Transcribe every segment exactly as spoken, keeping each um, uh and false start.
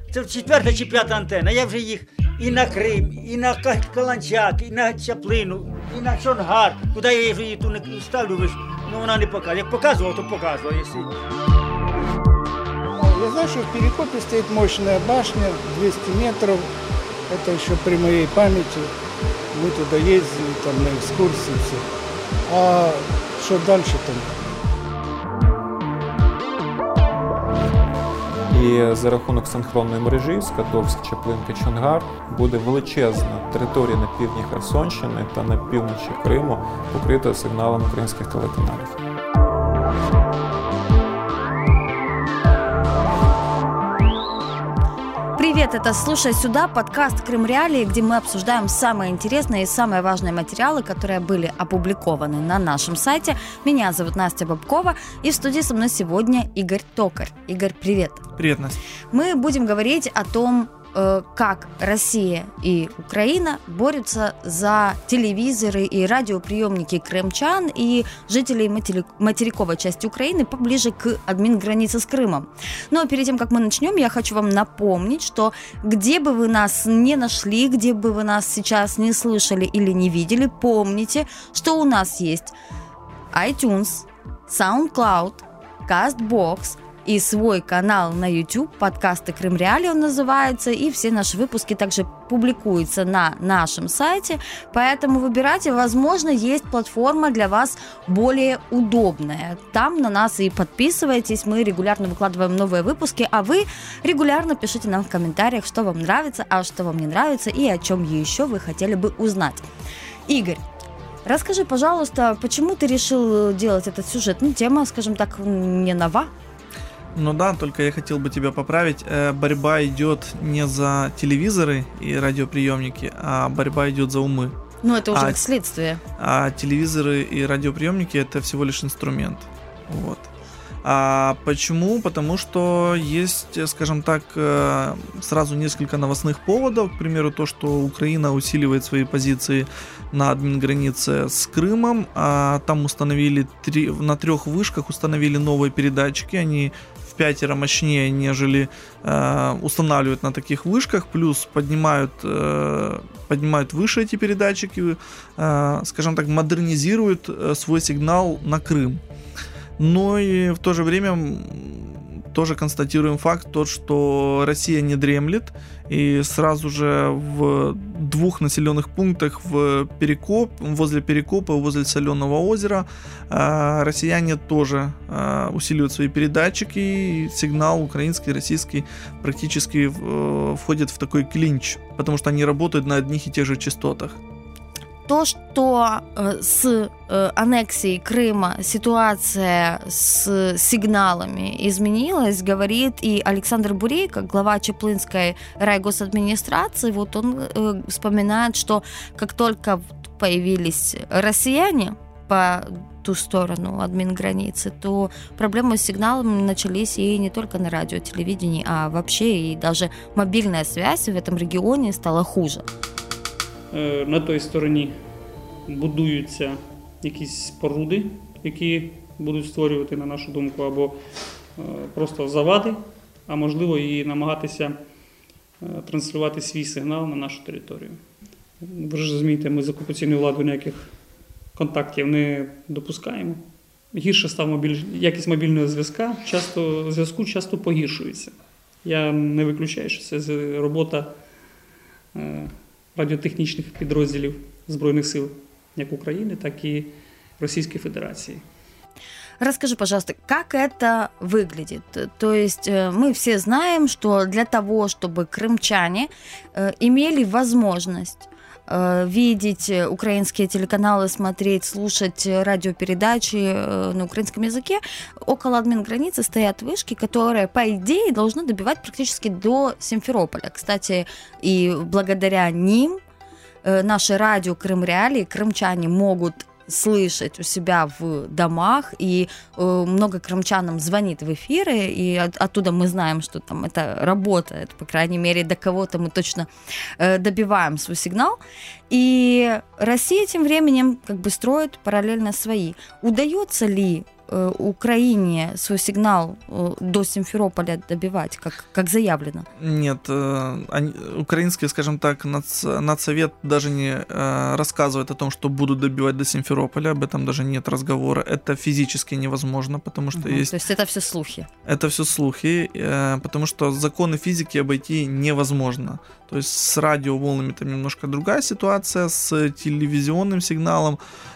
Це четверта чи п'ята антенна. Я вже їх і на Крим, і на Каланчак, і на Чаплину, і на Чонгар. Куди я вже її ту не ставлю, ну вона не показує. Як показував, то показував. Якщо... Я знаю, что в Перекопе стоит мощная башня, двести метров. Это еще при моей памяти. Мы туда ездили, там, на экскурсии, все. А что дальше там? І за рахунок синхронної мережі Скадовськ, Чаплинка, Чонгар буде величезна територія на півдні Херсонщини та на півночі Криму покрита сигналом українських телеканалів. Привет, это «Слушай сюда», подкаст «Крым Реалии», где мы обсуждаем самые интересные и самые важные материалы, которые были опубликованы на нашем сайте. Меня зовут Настя Бабкова, и в студии со мной сегодня Игорь Токарь. Игорь, привет. Привет, Настя. Мы будем говорить о том, как Россия и Украина борются за телевизоры и радиоприемники крымчан и жителей материковой части Украины поближе к админгранице с Крымом. Но перед тем, как мы начнем, я хочу вам напомнить, что где бы вы нас не нашли, где бы вы нас сейчас не слышали или не видели, помните, что у нас есть iTunes, SoundCloud, CastBox и свой канал на YouTube, подкасты «Крым Реалии» он называется, и все наши выпуски также публикуются на нашем сайте, поэтому выбирайте, возможно, есть платформа для вас более удобная. Там на нас и подписывайтесь, мы регулярно выкладываем новые выпуски, а вы регулярно пишите нам в комментариях, что вам нравится, а что вам не нравится и о чем еще вы хотели бы узнать. Игорь, расскажи, пожалуйста, почему ты решил делать этот сюжет? Ну, тема, скажем так, не нова. Ну да, только я хотел бы тебя поправить. Борьба идет не за телевизоры и радиоприемники, а борьба идет за умы. Ну это уже а, как следствие. А телевизоры и радиоприемники — это всего лишь инструмент. Вот. А почему? Потому что есть, скажем так, сразу несколько новостных поводов. К примеру, то, что Украина усиливает свои позиции на админгранице с Крымом. А там установили три, на трех вышках установили новые передатчики. Они в пятеро мощнее, нежели э, устанавливают на таких вышках. Плюс поднимают, э, поднимают выше эти передатчики. Э, скажем так, модернизируют свой сигнал на Крым. Но и в то же время тоже констатируем факт, тот, что Россия не дремлет, и сразу же в двух населенных пунктах в Перекоп, возле Перекопа, возле Соленого озера, россияне тоже усиливают свои передатчики, и сигнал украинский, российский практически входит в такой клинч, потому что они работают на одних и тех же частотах. То, что э, с э, аннексией Крыма ситуация с сигналами изменилась, говорит и Александр Бурейко, глава Чаплынской райгосадминистрации. Вот он э, вспоминает, что как только появились россияне по ту сторону админграницы, то проблемы с сигналами начались и не только на радио, телевидении, а вообще и даже мобильная связь в этом регионе стала хуже. На той стороні будуються якісь споруди, які будуть створювати, на нашу думку, або просто завади, а можливо і намагатися транслювати свій сигнал на нашу територію. Ви ж розумієте, ми з окупаційною владою ніяких контактів не допускаємо. Гірше став мобіль... якість мобільного зв'язку, часто зв'язку часто погіршується. Я не виключаю, що це робота радіотехнічних підрозділів Збройних сил як України, так и Российской Федерации. Расскажи, пожалуйста, как это выглядит? То есть мы все знаем, что для того, чтобы крымчане имели возможность видеть украинские телеканалы, смотреть, слушать радиопередачи на украинском языке, около админграницы стоят вышки, которые, по идее, должны добивать практически до Симферополя. Кстати, и благодаря ним наше радио «Крым Реалии» крымчане могут слышать у себя в домах, и э, много крымчан нам звонит в эфиры, и от, оттуда мы знаем, что там это работает, по крайней мере, до кого-то мы точно э, добиваем свой сигнал. И Россия тем временем как бы строит параллельно свои. Удается ли э, Украине свой сигнал э, до Симферополя добивать, как, как заявлено? Нет, э, они, украинский, скажем так, нац, Нацсовет даже не э, рассказывает о том, что будут добивать до Симферополя, об этом даже нет разговора. Это физически невозможно, потому что Угу, есть... То есть это все слухи? Это все слухи, э, потому что законы физики обойти невозможно. То есть с радиоволнами там немножко другая ситуация, с телевизионным сигналом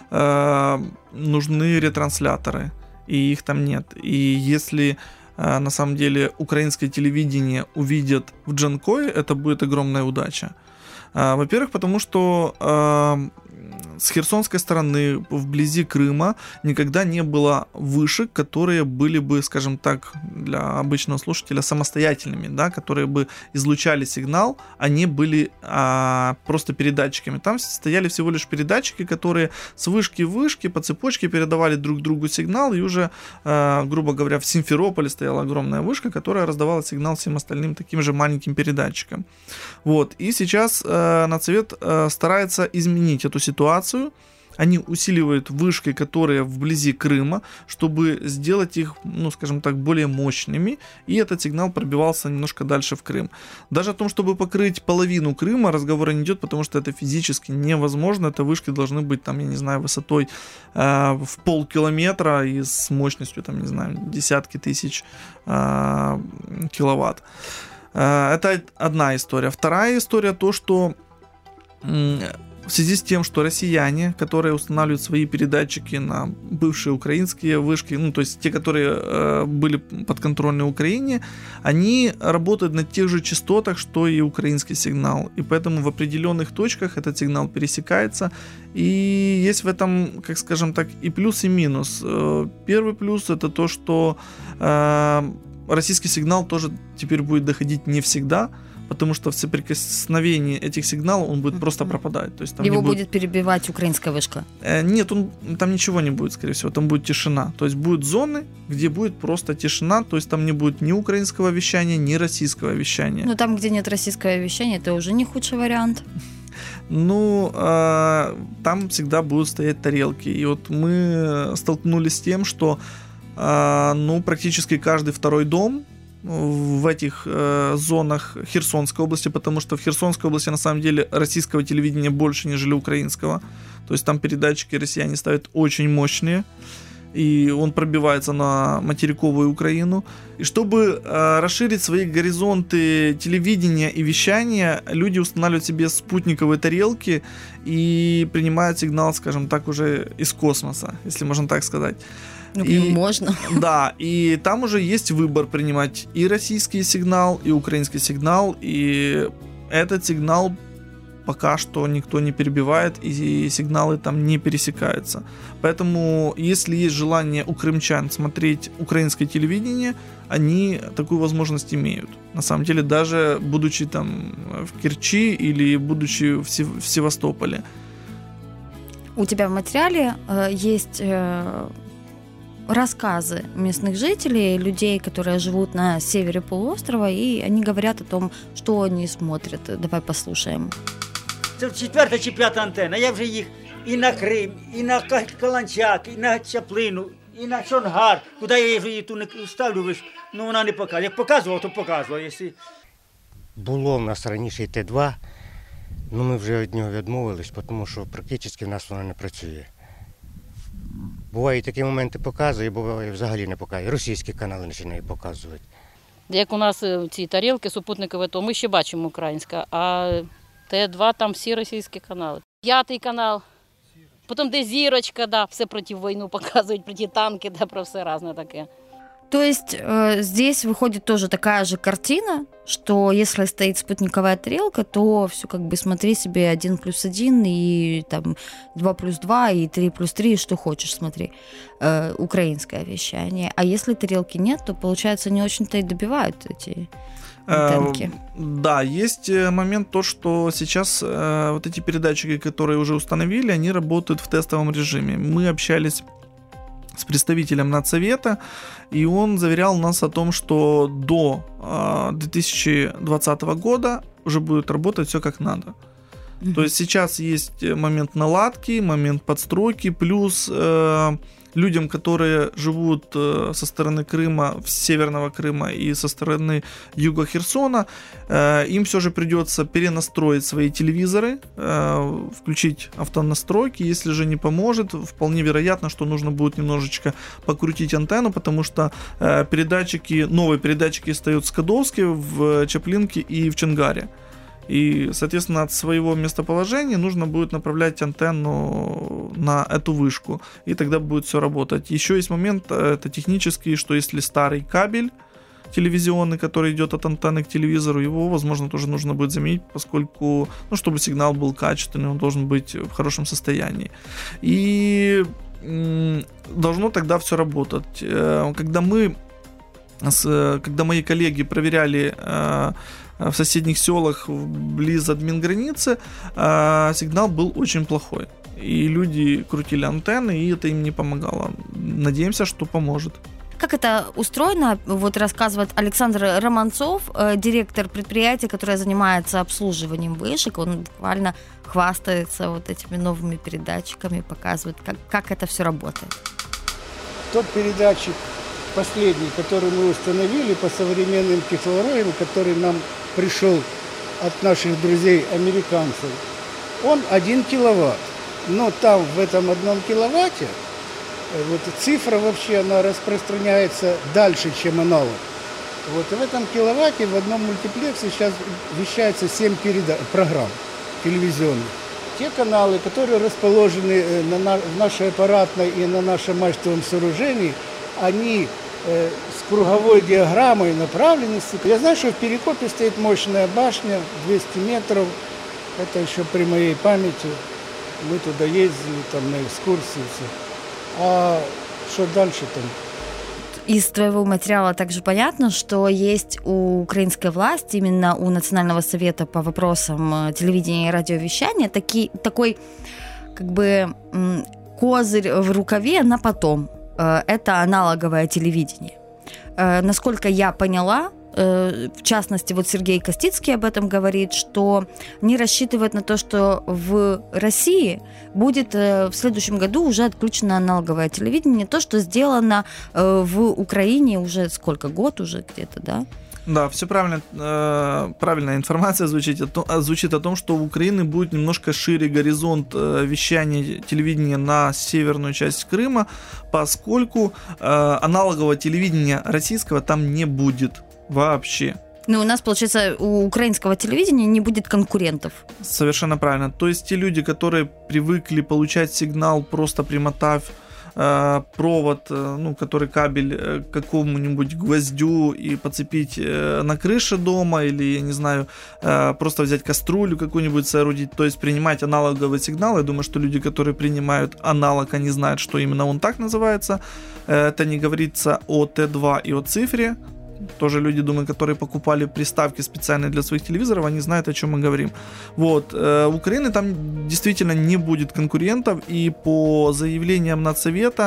э, нужны ретрансляторы, и их там нет. И если э, на самом деле украинское телевидение увидят в Джанкое, это будет огромная удача. Э, во-первых, потому что э, с херсонской стороны, вблизи Крыма, никогда не было вышек, которые были бы, скажем так, для обычного слушателя самостоятельными, да, которые бы излучали сигнал, они были а, просто передатчиками. Там стояли всего лишь передатчики, которые с вышки в вышки по цепочке передавали друг другу сигнал, и уже, а, грубо говоря, в Симферополе стояла огромная вышка, которая раздавала сигнал всем остальным таким же маленьким передатчикам. Вот. И сейчас а, Нацсовет а, старается изменить эту ситуацию. Они усиливают вышки, которые вблизи Крыма, чтобы сделать их, ну, скажем так, более мощными, и этот сигнал пробивался немножко дальше в Крым. Даже о том, чтобы покрыть половину Крыма, разговора не идет, потому что это физически невозможно. Это вышки должны быть, там, я не знаю, высотой э, в полкилометра и с мощностью, там, не знаю, десятки тысяч э, киловатт. Э, это одна история. Вторая история то, что э, в связи с тем, что россияне, которые устанавливают свои передатчики на бывшие украинские вышки, ну, то есть те, которые э, были подконтрольны Украине, они работают на тех же частотах, что и украинский сигнал. И поэтому в определенных точках этот сигнал пересекается. И есть в этом, как скажем так, и плюс, и минус. Э, первый плюс — это то, что э, российский сигнал тоже теперь будет доходить не всегда, потому что в соприкосновении этих сигналов он будет просто пропадать. То есть там Его будет... будет перебивать украинская вышка? Э, нет, он, там ничего не будет, скорее всего, там будет тишина. То есть будут зоны, где будет просто тишина, то есть там не будет ни украинского вещания, ни российского вещания. Ну, там, где нет российского вещания, это уже не худший вариант. Ну, э, там всегда будут стоять тарелки. И вот мы столкнулись с тем, что э, ну, практически каждый второй дом в этих э, зонах Херсонской области, потому что в Херсонской области на самом деле российского телевидения больше, нежели украинского. То есть там передатчики россияне ставят очень мощные, и он пробивается на материковую Украину. И чтобы э, расширить свои горизонты телевидения и вещания, люди устанавливают себе спутниковые тарелки и принимают сигнал, скажем так, уже из космоса, если можно так сказать. Ну, и, можно. Да, и там уже есть выбор принимать и российский сигнал, и украинский сигнал, и этот сигнал пока что никто не перебивает, и сигналы там не пересекаются. Поэтому, если есть желание у крымчан смотреть украинское телевидение, они такую возможность имеют. На самом деле, даже будучи там в Керчи или будучи в, Сев- в Севастополе. У тебя в материале э, есть... Э... рассказы местных жителей, людей, которые живут на севере полуострова, и они говорят о том, что они смотрят. Давай послушаем. Це четверта чи п'ята антенна. Я вже їх і на Крим, і на Каланчак, і на Чаплину, і на Чонгар. Куди я її ту не ставлю, ви ж, ну вона не показує. Як показував, то показував. Якщо... Було в нас раніше і Т два, але ми вже від нього відмовились, тому що практично в нас воно не працює. Буває, такі моменти показує, буває взагалі не показує. Російські канали починають показувати. Як у нас ці тарілки супутникові, то ми ще бачимо українська, а Т два там всі російські канали. П'ятий канал, потім де зірочка, да, все проти війни показують, проти танки, да, про все різне таке. То есть э, здесь выходит тоже такая же картина, что если стоит спутниковая тарелка, то все как бы смотри себе один плюс один, и там два плюс два, и три плюс три, что хочешь смотри, э, украинское вещание. А если тарелки нет, то, получается, не очень-то и добивают эти антенки. Э, да, есть момент то, что сейчас э, вот эти передатчики, которые уже установили, они работают в тестовом режиме. Мы общались с представителем Нацсовета, и он заверял нас о том, что до э, две тысячи двадцатого года уже будет работать все как надо. Mm-hmm. То есть сейчас есть момент наладки, момент подстройки, плюс э, людям, которые живут со стороны Крыма, северного Крыма и со стороны юга Херсона, им все же придется перенастроить свои телевизоры, включить автонастройки. Если же не поможет, вполне вероятно, что нужно будет немножечко покрутить антенну, потому что передатчики, новые передатчики стоят в Скадовске, в Чаплинке и в Чонгаре. И, соответственно, от своего местоположения нужно будет направлять антенну на эту вышку, и тогда будет все работать. Еще есть момент, это технический, что если старый кабель телевизионный, который идет от антенны к телевизору, его, возможно, тоже нужно будет заменить, поскольку, ну, чтобы сигнал был качественный, он должен быть в хорошем состоянии. И м- должно тогда все работать. Когда мы, когда мои коллеги проверяли в соседних селах близ админграницы, сигнал был очень плохой. И люди крутили антенны, и это им не помогало. Надеемся, что поможет. Как это устроено, вот рассказывает Александр Романцов, директор предприятия, которое занимается обслуживанием вышек. Он буквально хвастается вот этими новыми передатчиками, показывает, как, как это все работает. Тот передатчик последний, который мы установили по современным технологиям, который нам пришел от наших друзей американцев, он один киловатт. Но там в этом одном киловатте вот цифра вообще она распространяется дальше, чем аналог. Вот и в этом киловатте в одном мультиплексе сейчас вещается семь передач, программ телевизионных. Те каналы, которые расположены на, на, в нашей аппаратной и на нашем мачтовом сооружении, они э, с круговой диаграммой направленности. Я знаю, что в Перекопе стоит мощная башня, двести метров. Это еще при моей памяти. Мы туда ездили, там на экскурсии все. А что дальше там? Из твоего материала также понятно, что есть у украинской власти, именно у Национального совета по вопросам телевидения и радиовещания, таки, такой как бы козырь в рукаве на потом. Это аналоговое телевидение. Насколько я поняла, в частности, вот Сергей Костицкий об этом говорит, что не рассчитывает на то, что в России будет в следующем году уже отключено аналоговое телевидение, то, что сделано в Украине уже сколько, год уже где-то, да? Да, все правильно, э, правильная информация звучит, звучит о том, что у Украины будет немножко шире горизонт вещания телевидения на северную часть Крыма, поскольку э, аналогового телевидения российского там не будет вообще. Ну, у нас, получается, у украинского телевидения не будет конкурентов. Совершенно правильно. То есть те люди, которые привыкли получать сигнал, просто примотав э, провод, э, ну, который кабель э, к какому-нибудь гвоздю и подцепить э, на крыше дома, или, я не знаю, э, просто взять кастрюлю какую-нибудь соорудить, то есть принимать аналоговый сигнал. Я думаю, что люди, которые принимают аналог, они знают, что именно он так называется. Э, это не говорится о Т два и о цифре. Тоже люди, думаю, которые покупали приставки специальные для своих телевизоров, они знают, о чем мы говорим. Вот. У Украины там действительно не будет конкурентов, и по заявлениям Надсовета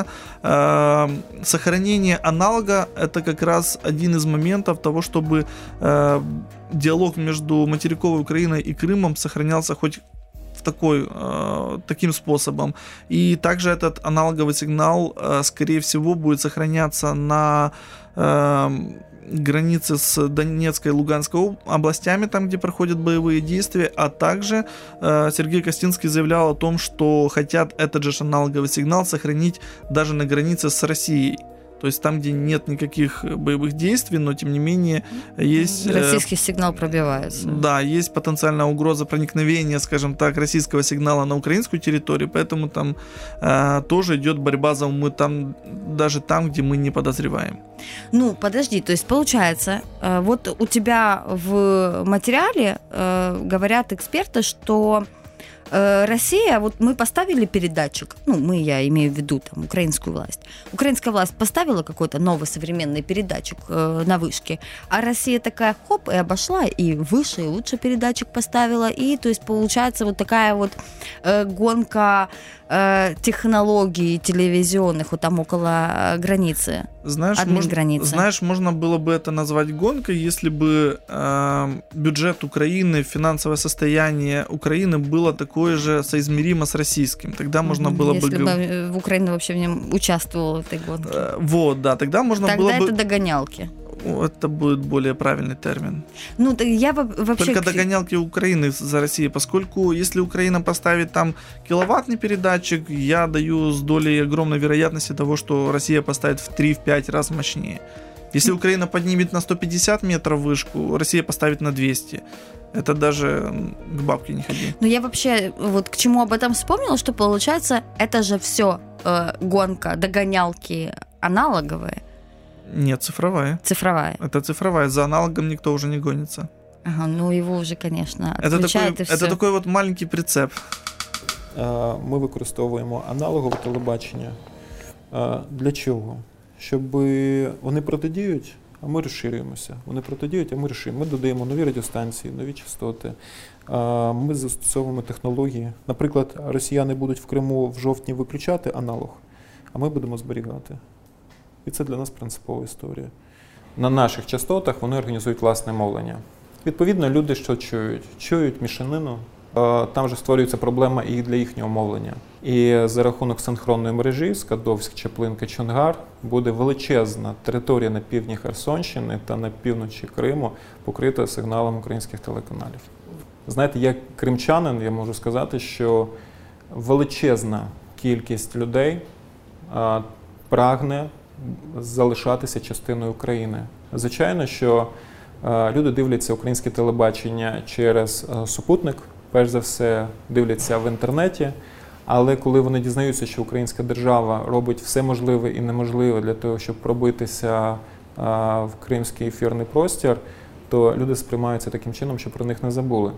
э, сохранение аналога — это как раз один из моментов того, чтобы э, диалог между материковой Украиной и Крымом сохранялся хоть в такой, э, таким способом. И также этот аналоговый сигнал, э, скорее всего, будет сохраняться на э, границы с Донецкой и Луганской областями, там, где проходят боевые действия, а также э, Сергей Костинский заявлял о том, что хотят этот же аналоговый сигнал сохранить даже на границе с Россией. То есть там, где нет никаких боевых действий, но тем не менее есть... Российский э, сигнал пробивается. Да, есть потенциальная угроза проникновения, скажем так, российского сигнала на украинскую территорию, поэтому там э, тоже идет борьба за умы, там, даже там, где мы не подозреваем. Ну, подожди, то есть получается, э, вот у тебя в материале э, говорят эксперты, что Россия, вот мы поставили передатчик, ну, мы, я имею в виду там украинскую власть. Украинская власть поставила какой-то новый современный передатчик э, на вышке, а Россия такая, хоп, и обошла, и выше, и лучше передатчик поставила, и, то есть, получается вот такая вот э, гонка э, технологий телевизионных вот там около границы. Знаешь, можно, знаешь, можно было бы это назвать гонкой, если бы э, бюджет Украины, финансовое состояние Украины было такое, такое же соизмеримо с российским. Тогда можно было Если бы... Если бы Украина вообще в нем участвовала в этой гонке. Вот, да, тогда можно тогда было бы... бы... Тогда это догонялки. Это будет более правильный термин. Ну, я вообще... Только догонялки Украины за Россией, поскольку если Украина поставит там киловаттный передатчик, я даю с долей огромной вероятности того, что Россия поставит в три-пять раз мощнее. Если Украина поднимет на сто пятьдесят метров вышку, Россия поставит на двести. Это даже к бабке не ходи. Ну, я вообще вот к чему об этом вспомнила, что получается, это же все э, гонка, догонялки аналоговые. Нет, цифровая. Цифровая. Это цифровая. За аналогом никто уже не гонится. Ага, ну его уже, конечно, это такой, і все. Это такой вот маленький прицеп. Ми використовуємо аналогове телебачення. Для чого? Щоб вони протидіють, а ми розширюємося. Вони протидіють, а ми розширюємо. Ми додаємо нові радіостанції, нові частоти. Ми застосовуємо технології. Наприклад, росіяни будуть в Криму в жовтні виключати аналог, а ми будемо зберігати. І це для нас принципова історія. На наших частотах вони організують власне мовлення. Відповідно, люди що чують? Чують мішанину. Там вже створюється проблема і для їхнього мовлення. І за рахунок синхронної мережі Скадовськ, Чаплинка, Чонгар буде величезна територія на півдні Херсонщини та на півночі Криму покрита сигналом українських телеканалів. Знаєте, як кримчанин, я можу сказати, що величезна кількість людей а, прагне залишатися частиною України. Звичайно, що а, люди дивляться українське телебачення через а, супутник, перш за все дивляться в інтернеті, але коли вони дізнаються, що українська держава робить все можливе і неможливе для того, щоб пробитися а, в кримський ефірний простір, то люди сприймаються таким чином, що про них не забули.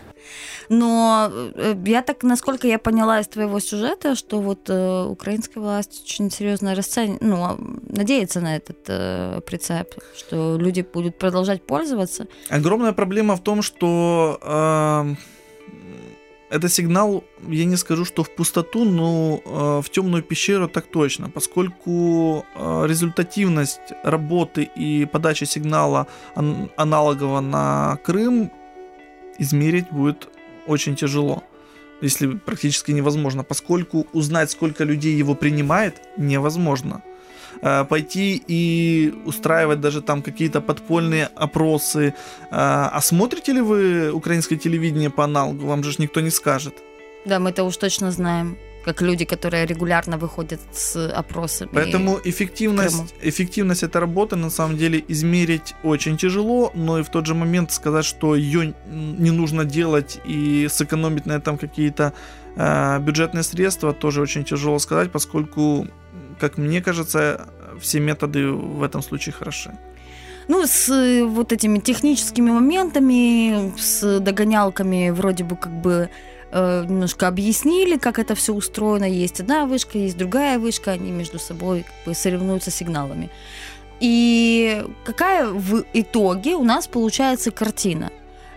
Но я так, насколько я поняла из твоего сюжета, что вот э, украинская власть очень серьезно расценивает, ну, надеется на этот э, прицеп, что люди будут продолжать пользоваться. Огромная проблема в том, что э, это сигнал, я не скажу, что в пустоту, но э, в темную пещеру так точно, поскольку э, результативность работы и подачи сигнала ан- аналогового на Крым измерить будет очень тяжело, если практически невозможно, поскольку узнать, сколько людей его принимает, невозможно. Пойти и устраивать даже там какие-то подпольные опросы. А смотрите ли вы украинское телевидение по аналогу? Вам же никто не скажет. Да, мы это уж точно знаем, как люди, которые регулярно выходят с опросами. Поэтому эффективность, эффективность этой работы на самом деле измерить очень тяжело, но и в тот же момент сказать, что ее не нужно делать и сэкономить на этом какие-то э, бюджетные средства, тоже очень тяжело сказать, поскольку, как мне кажется, все методы в этом случае хороши. Ну, с вот этими техническими моментами, с догонялками вроде бы как бы немножко объяснили, как это все устроено. Есть одна вышка, есть другая вышка, они между собой как бы соревнуются сигналами. И какая в итоге у нас получается картина?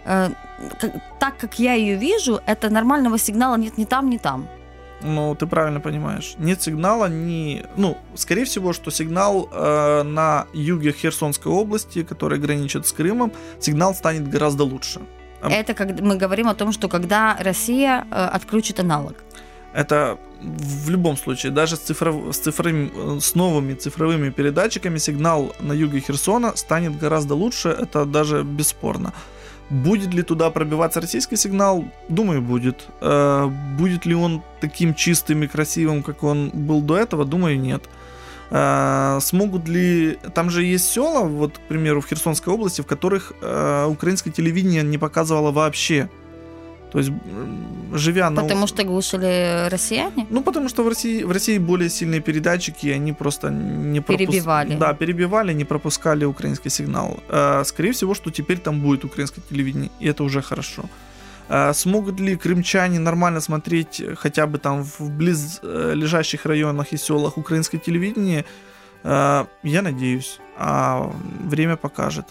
Так как я ее вижу, это нормального сигнала нет ни там, ни там. Ну, ты правильно понимаешь. Нет сигнала ни... Ну, скорее всего, что сигнал э, на юге Херсонской области, который граничит с Крымом, сигнал станет гораздо лучше. Это как мы говорим о том, что когда Россия э, отключит аналог. Это в любом случае, даже с, цифров... с, цифровыми... с новыми цифровыми передатчиками сигнал на юге Херсона станет гораздо лучше, это даже бесспорно. Будет ли туда пробиваться российский сигнал? Думаю, будет. Э, будет ли он таким чистым и красивым, как он был до этого? Думаю, нет. Э, смогут ли... Там же есть села, вот, к примеру, в Херсонской области, в которых э, украинское телевидение не показывало вообще. То есть, живя на... Потому что глушили россияне? Ну, потому что в России, в России более сильные передатчики, и они просто не пропускали. Перебивали. Да, перебивали, не пропускали украинский сигнал. Скорее всего, что теперь там будет украинское телевидение, и это уже хорошо. Смогут ли крымчане нормально смотреть хотя бы там в близлежащих районах и селах украинское телевидение? Я надеюсь, а время покажет.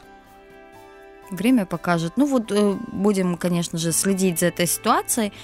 Время покажет. Ну вот э, будем, конечно же, следить за этой ситуацией,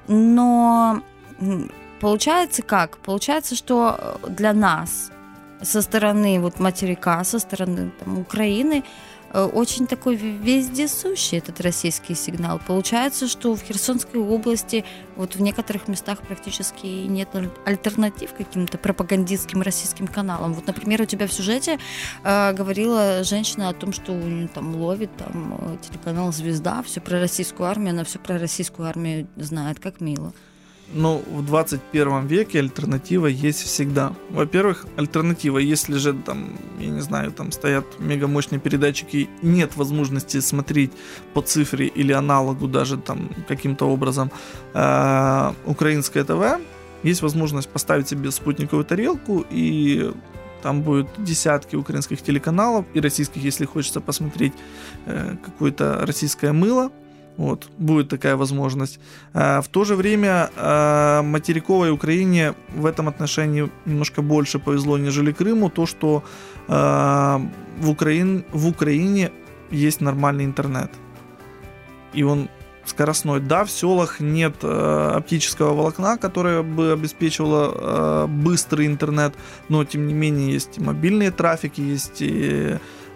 но получается как? Получается, что для нас со стороны вот материка, со стороны там, Украины очень такой вездесущий, этот российский сигнал. Получается, что в Херсонской области вот в некоторых местах практически нет альтернатив каким-то пропагандистским российским каналам. Вот, например, у тебя в сюжете э, говорила женщина о том, что там ловит там, телеканал «Звезда», все про российскую армию, она все про российскую армию знает, как мило. Ну, в двадцать первом веке альтернатива есть всегда. Во-первых, альтернатива, если же там, я не знаю, там стоят мегамощные передатчики и нет возможности смотреть по цифре или аналогу даже там каким-то образом э, украинское ТВ, есть возможность поставить себе спутниковую тарелку, и там будет десятки украинских телеканалов и российских, если хочется посмотреть э, какое-то российское мыло. Вот, будет такая возможность. В то же время материковой Украине в этом отношении немножко больше повезло, нежели Крыму, то, что в Украине, в Украине есть нормальный интернет. И он скоростной. Да, в селах нет оптического волокна, которое бы обеспечивало быстрый интернет, но тем не менее есть и мобильные трафики, есть и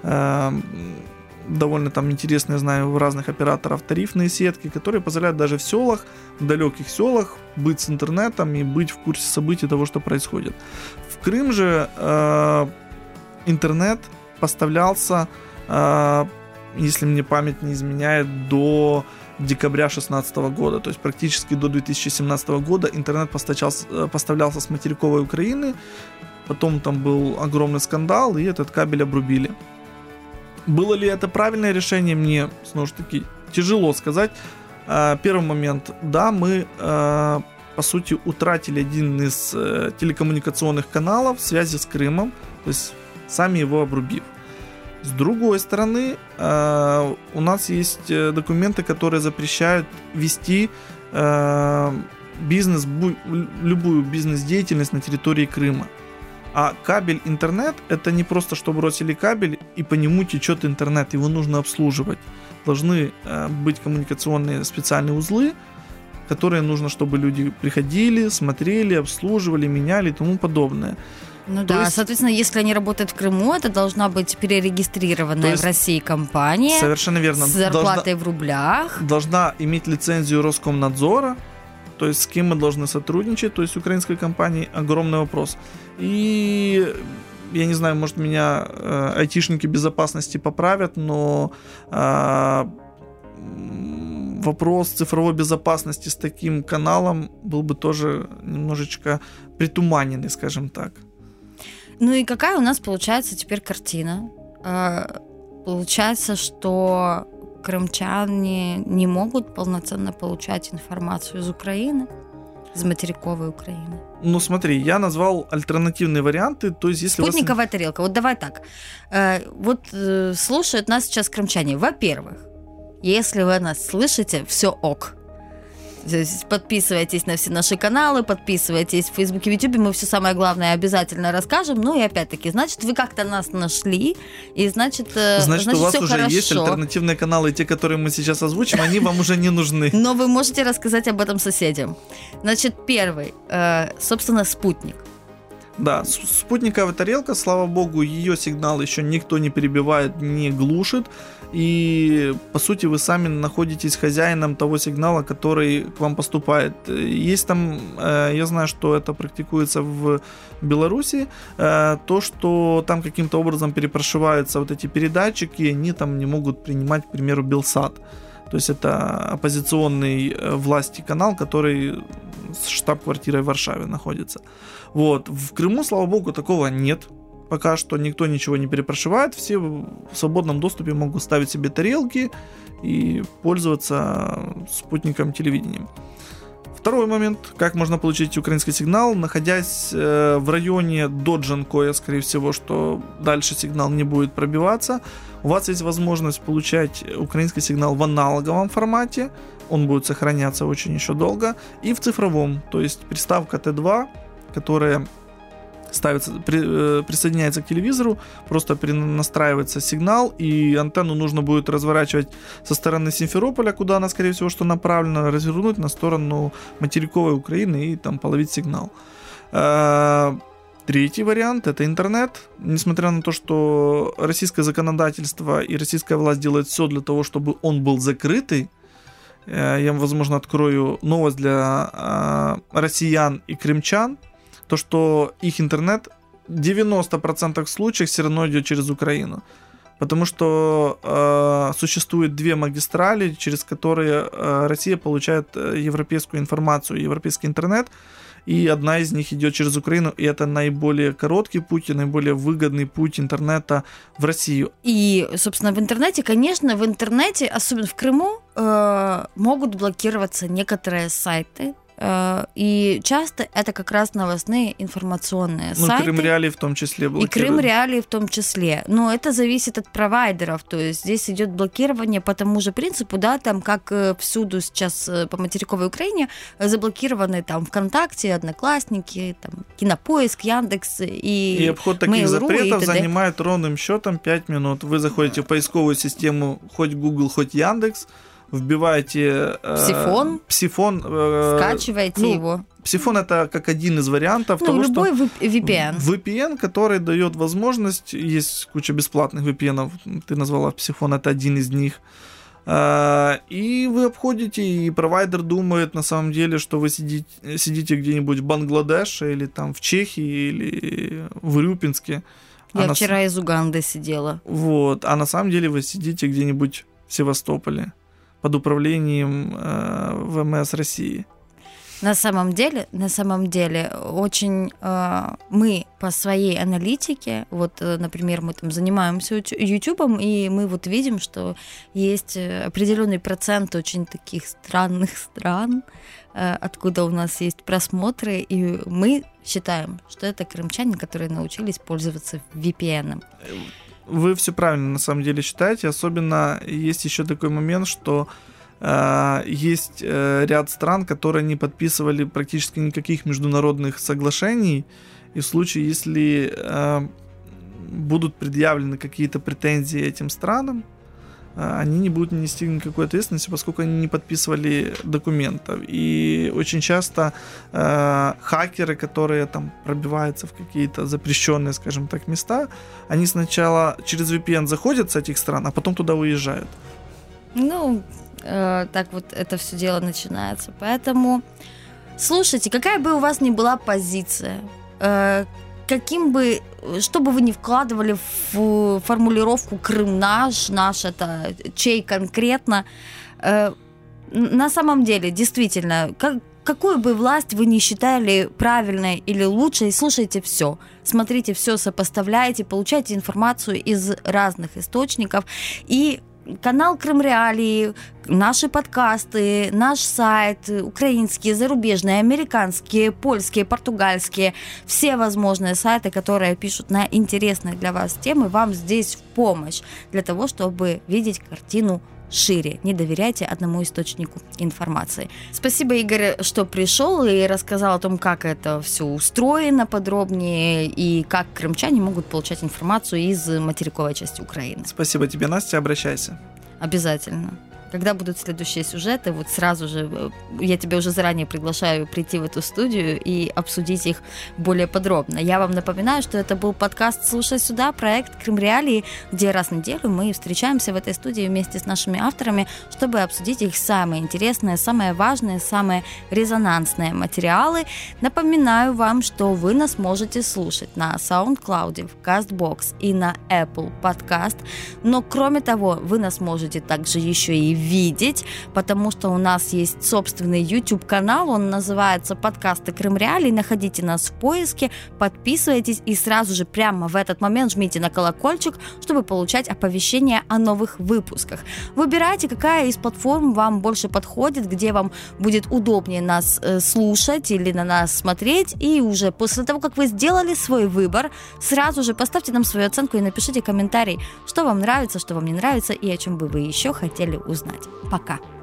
довольно там интересные, знаю, у разных операторов тарифные сетки, которые позволяют даже в селах, в далеких селах быть с интернетом и быть в курсе событий того, что происходит. В Крым же э, интернет поставлялся, э, если мне память не изменяет, до декабря две тысячи шестнадцатого года, то есть практически до две тысячи семнадцатого года интернет поставлялся, поставлялся с материковой Украины, потом там был огромный скандал, и этот кабель обрубили. Было ли это правильное решение, мне, снова же таки, тяжело сказать. Первый момент, да, мы, по сути, утратили один из телекоммуникационных каналов связи с Крымом, то есть сами его обрубив. С другой стороны, у нас есть документы, которые запрещают вести бизнес, любую бизнес-деятельность на территории Крыма. А кабель интернет — это не просто, что бросили кабель и по нему течет интернет, его нужно обслуживать. Должны э, быть коммуникационные специальные узлы, которые нужно, чтобы люди приходили, смотрели, обслуживали, меняли и тому подобное. Ну То да, есть, соответственно, если они работают в Крыму, это должна быть перерегистрированная есть, в России компания. Совершенно верно. С зарплатой должна, в рублях. Должна иметь лицензию Роскомнадзора. То есть с кем мы должны сотрудничать, то есть с украинской компанией, огромный вопрос. И я не знаю, может меня э, айтишники безопасности поправят, но э, вопрос цифровой безопасности с таким каналом был бы тоже немножечко притуманенный, скажем так. Ну и какая у нас получается теперь картина? Получается, что крымчане не могут полноценно получать информацию из Украины, из материковой Украины. Ну смотри, я назвал альтернативные варианты, то есть если спутниковая вас... тарелка. Вот давай так. Вот слушают нас сейчас крымчане. Во-первых, если вы нас слышите, все ок. Подписывайтесь на все наши каналы, подписывайтесь в Фейсбуке, в Ютубе, мы все самое главное обязательно расскажем. Ну и опять-таки, значит, вы как-то нас нашли, и значит, значит, значит у вас все уже хорошо. Есть альтернативные каналы, те, которые мы сейчас озвучим, они вам уже не нужны. Но вы можете рассказать об этом соседям. Значит, первый, собственно, спутник. Да, спутниковая тарелка, слава богу, ее сигнал еще никто не перебивает, не глушит. И, по сути, вы сами находитесь хозяином того сигнала, который к вам поступает. Есть там, я знаю, что это практикуется в Беларуси, то, что там каким-то образом перепрошиваются вот эти передатчики, и они там не могут принимать, к примеру, Белсат. То есть это оппозиционный власти канал, который с штаб-квартирой в Варшаве находится. Вот. В Крыму, слава богу, такого нет. Пока что никто ничего не перепрошивает. Все в свободном доступе могут ставить себе тарелки и пользоваться спутником телевидением. Второй момент, как можно получить украинский сигнал, находясь э, в районе до Джанкоя, скорее всего, что дальше сигнал не будет пробиваться. У вас есть возможность получать украинский сигнал в аналоговом формате, он будет сохраняться очень еще долго, и в цифровом, то есть приставка Т два, которая ставится, при, э, присоединяется к телевизору, просто перенастраивается сигнал, и антенну нужно будет разворачивать со стороны Симферополя, куда она, скорее всего, что направлена, развернуть на сторону материковой Украины и там половить сигнал. Э, Третий вариант – это интернет. Несмотря на то, что российское законодательство и российская власть делают все для того, чтобы он был закрытый, я, возможно, открою новость для россиян и крымчан, то, что их интернет в девяноста процентах случаев все равно идет через Украину. Потому что э, существует две магистрали, через которые э, Россия получает европейскую информацию, европейский интернет, и одна из них идет через Украину, и это наиболее короткий путь и наиболее выгодный путь интернета в Россию. И, собственно, в интернете, конечно, в интернете, особенно в Крыму, э, могут блокироваться некоторые сайты, и часто это как раз новостные информационные ну, сайты. Крым Реалии в том числе блокируют. И Крым Реалии в том числе. Но это зависит от провайдеров. То есть здесь идет блокирование по тому же принципу, да, там как всюду сейчас по материковой Украине заблокированы там ВКонтакте, Одноклассники, там Кинопоиск, Яндекс и И обход таких Mail.ru запретов и т.д. занимает ровным счетом пять минут. Вы заходите в поисковую систему хоть Google, хоть Яндекс, вбиваете э, Псифон, псифон э, скачиваете ну, его. Псифон — это как один из вариантов Ну, того, любой что ви пи эн. ви пи эн, который дает возможность, есть куча бесплатных ви пи эн, ты назвала Псифон, это один из них. И вы обходите, и провайдер думает на самом деле, что вы сидите, сидите где-нибудь в Бангладеше или там в Чехии или в Урюпинске. Я а вчера на... из Уганды сидела. Вот, а на самом деле вы сидите где-нибудь в Севастополе под управлением э, вэ эм эс России. На самом деле, на самом деле, очень э, мы по своей аналитике, вот, э, например, мы там занимаемся Ютубом, и мы вот видим, что есть определенный процент очень таких странных стран, э, откуда у нас есть просмотры, и мы считаем, что это крымчане, которые научились пользоваться ви пи эн. Вы все правильно на самом деле считаете, особенно есть еще такой момент, что э, есть э, ряд стран, которые не подписывали практически никаких международных соглашений, и в случае, если э, будут предъявлены какие-то претензии этим странам, э, они не будут нести никакой ответственности, поскольку они не подписывали документов. И очень часто э, хакеры, которые там пробиваются в какие-то запрещенные, скажем так, места, они сначала через ви пи эн заходят с этих стран, а потом туда уезжают. Ну, э, так вот это все дело начинается. Поэтому, слушайте, какая бы у вас ни была позиция, э, каким бы, что бы вы ни вкладывали в формулировку «Крым наш», «наш» это чей конкретно, э, на самом деле, действительно, как, какую бы власть вы ни считали правильной или лучшей, слушайте все, смотрите все, сопоставляйте, получайте информацию из разных источников. И канал Крым Реалии, наши подкасты, наш сайт, украинские, зарубежные, американские, польские, португальские, все возможные сайты, которые пишут на интересные для вас темы, вам здесь в помощь для того, чтобы видеть картину шире. Не доверяйте одному источнику информации. Спасибо, Игорь, что пришел и рассказал о том, как это все устроено подробнее и как крымчане могут получать информацию из материковой части Украины. Спасибо тебе, Настя, обращайся. Обязательно. Когда будут следующие сюжеты, вот сразу же я тебя уже заранее приглашаю прийти в эту студию и обсудить их более подробно. Я вам напоминаю, что это был подкаст «Слушай сюда», проект «Крым Реалии», где раз в неделю мы встречаемся в этой студии вместе с нашими авторами, чтобы обсудить их самые интересные, самые важные, самые резонансные материалы. Напоминаю вам, что вы нас можете слушать на SoundCloud, в CastBox и на Apple Podcast. Но кроме того, вы нас можете также еще и видеть, потому что у нас есть собственный YouTube-канал, он называется «Подкасты Крым Реалии». Находите нас в поиске, подписывайтесь и сразу же прямо в этот момент жмите на колокольчик, чтобы получать оповещения о новых выпусках. Выбирайте, какая из платформ вам больше подходит, где вам будет удобнее нас э, слушать или на нас смотреть, и уже после того, как вы сделали свой выбор, сразу же поставьте нам свою оценку и напишите комментарий, что вам нравится, что вам не нравится и о чем бы вы еще хотели узнать. Пока!